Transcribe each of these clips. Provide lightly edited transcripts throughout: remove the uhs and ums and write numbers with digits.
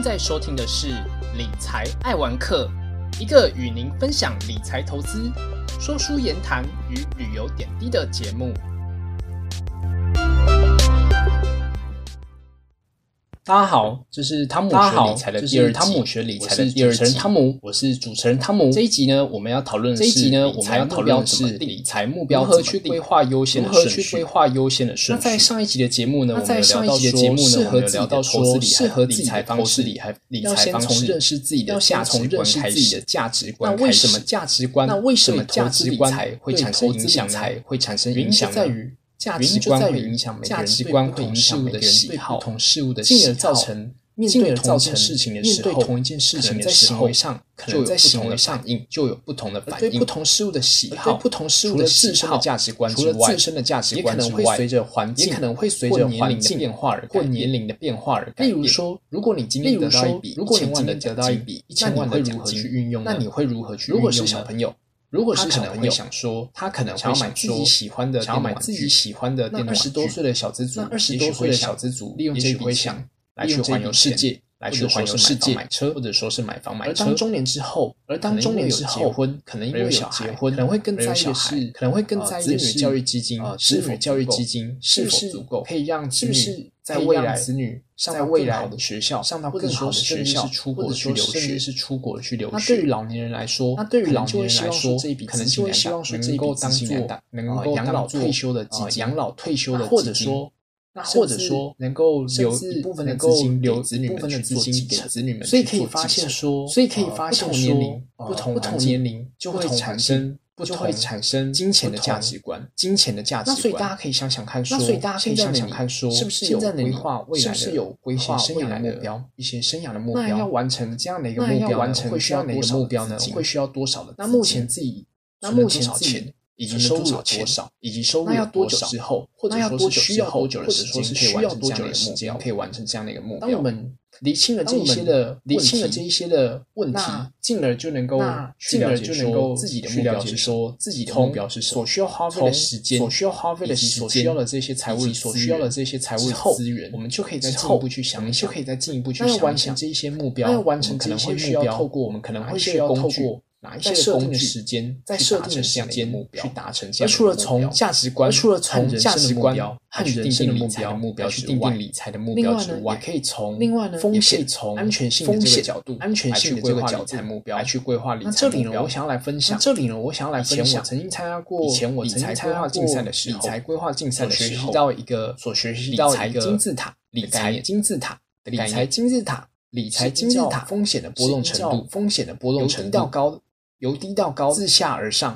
在收听的是理财爱玩客，一个与您分享理财投资、说书言谈与旅游点滴的节目。大家好，这是汤姆学理财的第二集。我是主持人汤姆，我是主持人汤姆。这一集呢，我们要讨论的是理财目标，如何去规划优先的顺序。那在上一集的节目呢，我们有聊到说，适合自己的投资理财方式，要先从认识自己的价值观开始。那为什么投资理财会产生影响呢？原因就在于价值观会影响每个人对不同事物的喜好，进而造成面对同一件事情的时候，可能在行为上就有不同的反应。对不同事物的喜好，除了自身的价值观之外，也可能会随着环境或年龄的变化而改变。例如说，如果你今天得到一笔1000万的奖金，那你会如何去运用？如果是小朋友，他可能会想说，他可能想要买自己喜欢的电脑。20多岁的小资族，利用这笔钱来去环游世界，买车，或者说是买房买车。而当中年之后，可能因为有结婚，可能会更在意的是子女教育基金是否足够，可以让子女在未来上到更好的学校，或者说甚至是出国去留学。那对于老年人来说，可能就会希望说这一笔资金能够当做养老退休的基金，或者说能够留一部分的资金给子女们给子女们。所以可以发现说，不同年龄就会产生金钱的价值观。那所以大家可以想想看说，是不是有规划未来的一些生涯的目标？那要完成这样的一个目标，会需要哪个目标呢？会需要多少的资金？那目前自己以及收入有多少，那要多久之后，或者说是需要多久的时间可以完成这样的一个目标？当我们厘清了这一些的问题，进而就能够自己的目标是说，所需要花费的时间，所需要的这些财务资源，我们就可以再进一步去想一想。那要完成这一些目标，我们可能会需要透过哪一些设定的时间去达成这样的目标？而除了从价值观和人生的目标去定定理财的目标之外，也可以从安全性的这个角度来去规划理财目标，来去规划理财目标。这里呢，我想要来分享，以前我曾经参加过理财规划竞赛的时候，所学习到一个理财金字塔理财金字塔风险的波动程度，由低到高，自下而上，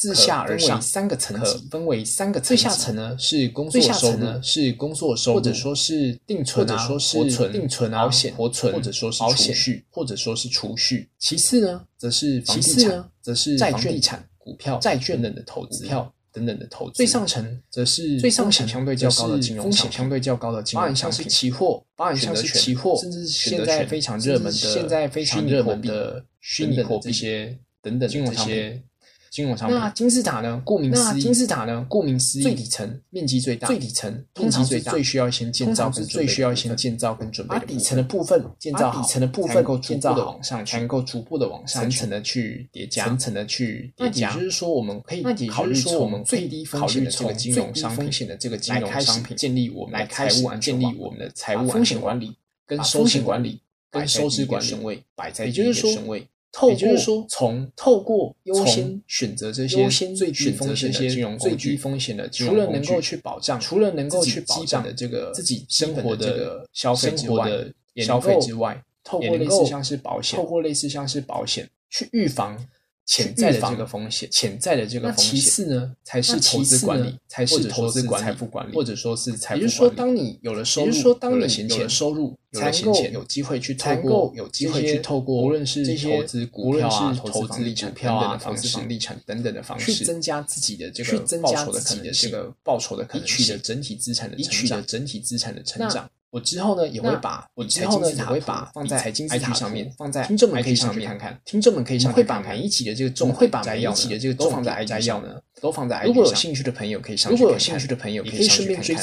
分为三个层级。最下层呢是工作收入，或者说是定存保险，或者说是储蓄。其次呢，则是房地产、股票、债券等的投资。最上层则是风险相对较高的金融商品，包含像是期货，甚至是现在非常热门的虚拟货币等等这些金融商品。那金字塔呢？顾名思义，最底层面积最大，通常是最需要先建造跟准备的。把底层的部分建造好，才能够逐步的往上，层层的去叠加。也就是说，我们可以考虑从最低风险的这个金融商品建立我们的财务安全网，风险管理跟收支管理顺位摆在第一个顺位。透过优先选择这些最低风险的金融工具，除了能够去保障的这个自己生活的消费之外，透过类似像是保险去预防潜在的这个风险。那其次呢，才是投资管理，或者说是财富管理，或者说是财富管理。也就是说，当你有了收入，才能够有机会去透过无论是投资股票投资房地产等等的方式，去增加自己的这个报酬的可能性，以取得整体资产的成长。我之后呢也会把放在 IG 上面，放在听众们可以上去看看。会把每一集的这个重点都放在 IG 上呢，如果有兴趣的朋友可以上去看看，也可以顺便追踪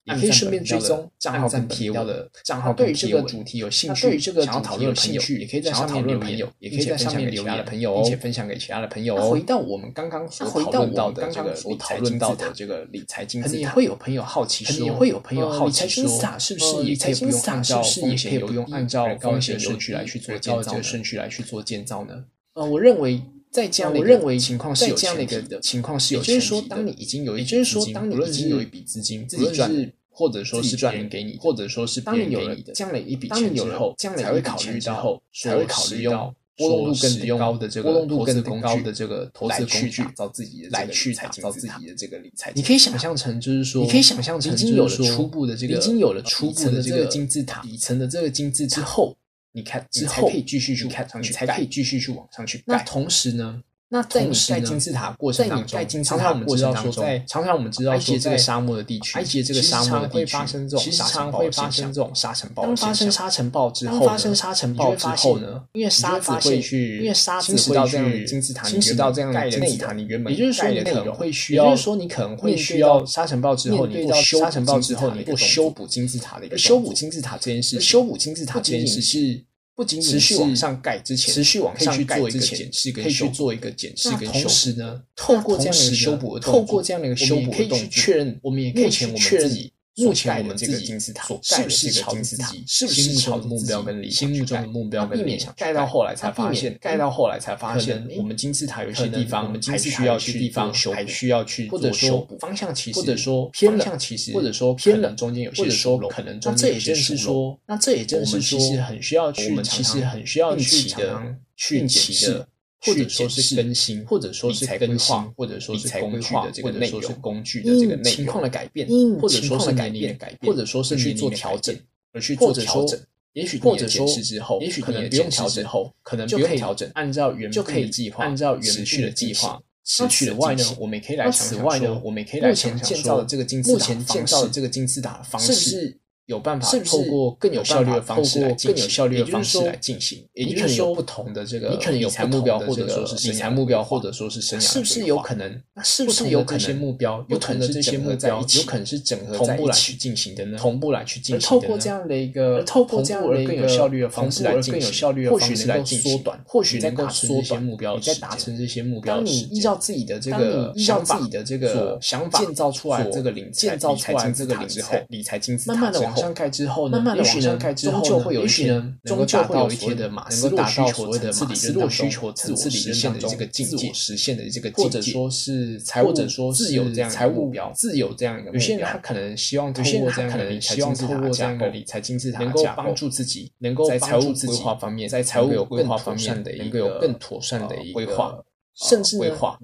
也可以顺便追踪账号跟贴文的账号。对于这个主题有兴趣，对于这个想要讨论的朋友，也可以在上面留言，也可以在上面留言的朋友，并且分享给其他的朋友。回到我们刚刚所讨论到的这个理财金字塔，可能也会有朋友好奇说，理财金字塔是不是也可以不用按照风险顺序来去做建造呢？我认为在这样的一个情况是有前提的，也就是说，当你已经有一笔资金，自己赚，或者说是别人给你，或者说是别人给你的这样的一笔钱之后，才会考虑到使用波动度更高的这个投资工具，打造自己的这个理财。你可以想象成就是说，已经有了初步的这个金字塔底层的这个金字塔之后。你才可以继续去看上去，才可以继续去往上去盖。那同时呢，在你盖金字塔过程当中，常常我们知道说，埃及这个沙漠的地区，其实常常会发生这种沙尘暴。当发生沙尘暴之后呢，因为沙子会去侵蚀到这样的金字塔，盖的内塔你原本也就是说你可能会需要沙尘暴之后，你做修补金字塔的一个修补金字塔这件事是不仅仅是持续往上盖之前，可以去做一个检视跟修补。同时呢，透过这样的一个修补的动作，我们也可以去确认目前我们这个金字塔所盖的这个金字塔是不是心目中的目标跟理想，盖到后来才发现，我们金字塔有一些地方还需要去做修补，方向其实或者说偏了，中间有些疏漏，可能中间有些疏漏。那这也正是说，我们其实很需要去定期的。或者说是更新，或者说是规划，或者说是工具的这个内容，工具的这个内容情况的改变，或者说是年龄的改变，或者说是去做调整，也许或者说之后，也许可能不用调整后，可能不用调整，按照原本的计划，按照原去的计划。此外呢，我们也可以来想想说，目前建造的这个金字塔的方式，是不是有办法透过更有效率的方式来进行，也就是说不同的这个理财目标，或者说是生涯，是不是有可能？是不是有可能这些目标，有可能这些目标有可能是整合在一起进行的呢？同步来去进行的呢？透过这样的一个更有效率的方式来进行，或许能够缩短，或许能够缩短目标，你在达成这些目标，当你依照自己的这个想法建造出来这个理财金字塔之后，理财金字塔慢慢的往上盖之后呢，也许呢，终究会有一天呢，能够达到一天的马斯洛需求层次理论当中自我实现的这个境界，或者说是自由这样财务目标，有些人他可能希望透过这样的理财金字塔能够帮助自己，能够在财务规划方面，能够有更妥善的一个规划，甚至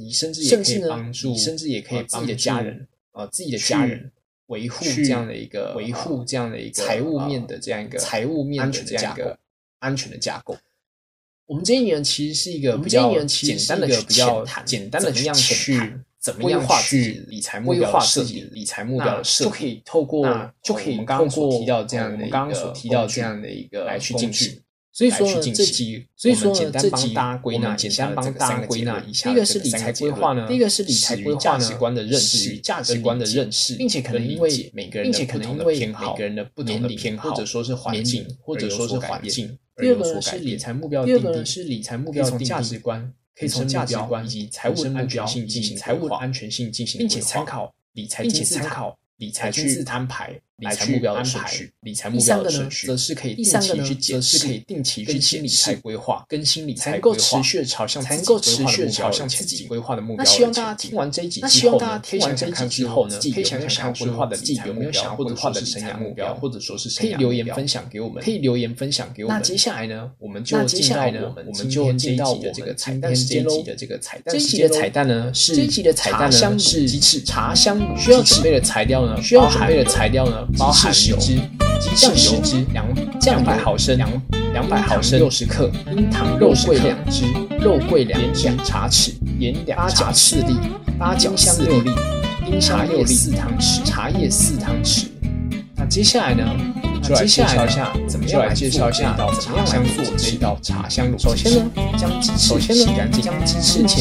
也可以帮自己的家人维护这样的一个财务面的这样一个安全的架构。我们这一年其实是一个比较简单的去怎么样去理财目标的设计，就可以透过我们刚刚所提到这样的一个来去进行。所以说呢，这集简单帮大家归纳一下。第一个是理财规划呢，价值观的认识，并且可能因为每个人的不同的偏好，或者说是环境，第二个呢是理财目标的定义，可以从价值观以及财务的安全性进行，并且参考理财金字塔去安排理财目标的顺序。第三个呢，则是可以定期去检视，更新理财规划，才能够持续的朝向自己规划的目标。那希望大家听完这一集之后呢，可以想想看之后呢，可以想想规划的自己有没有想要规划的生涯目标，或者说是可以留言分享给我们。那接下来呢，我们就进到我们这个彩蛋时间喽。这一集的彩蛋呢是茶香鸡翅，需要准备的材料呢，包含有鸡翅10只，200毫升60克，冰糖肉桂2只，茶匙，盐2角4粒，八角6粒，冰茶叶4汤匙。那接下来呢，就来介绍一下怎么样来做这道茶香。首先呢，将鸡翅洗干净，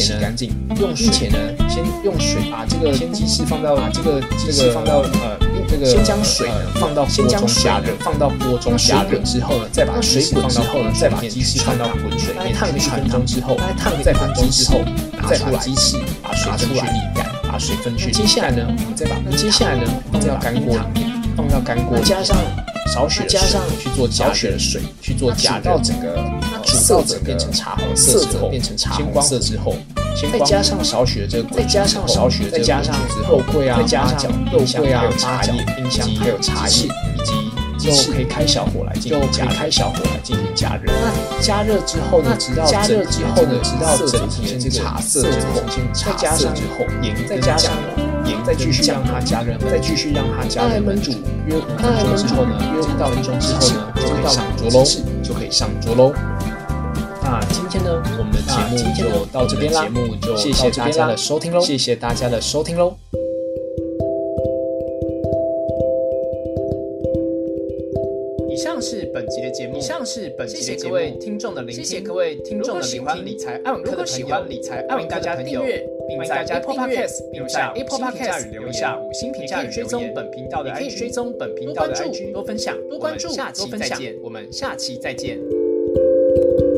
并且呢，先用水把这个鸡翅放到这个先将水放到锅中加热，放到锅中加热之后呢，再把水滚之后呢，再把鸡翅放到滚水面烫1分钟之后，再把鸡翅拿出来，把水分去沥干，把水分去沥干。接下来呢，我们再把放到干锅里面，放到干锅加上少许的水去做加热，去做加热，到整个色泽变成茶黄色之后，鲜光色之后，再加上少许的这个滚，再加上肉桂啊、八角、肉桂啊、茶叶、丁香还有茶叶以及鸡翅，可以开小火来进行加热。那加热之后呢，直到整体的这个茶色之后，再加上盐，再加上再继续让它加热，焖煮约5分钟之后呢，就可以上桌喽。那今天呢，我们的节目就到这边啦，谢谢大家的收听喽。以上是本集的节目，谢谢各位听众的聆听，如果喜欢理财艾文科的朋友，欢迎大家订阅，并在 Apple Podcast 留下5星评价与留言，也可以追踪本频道的 IG， 多分享，多关注，我们下期再见。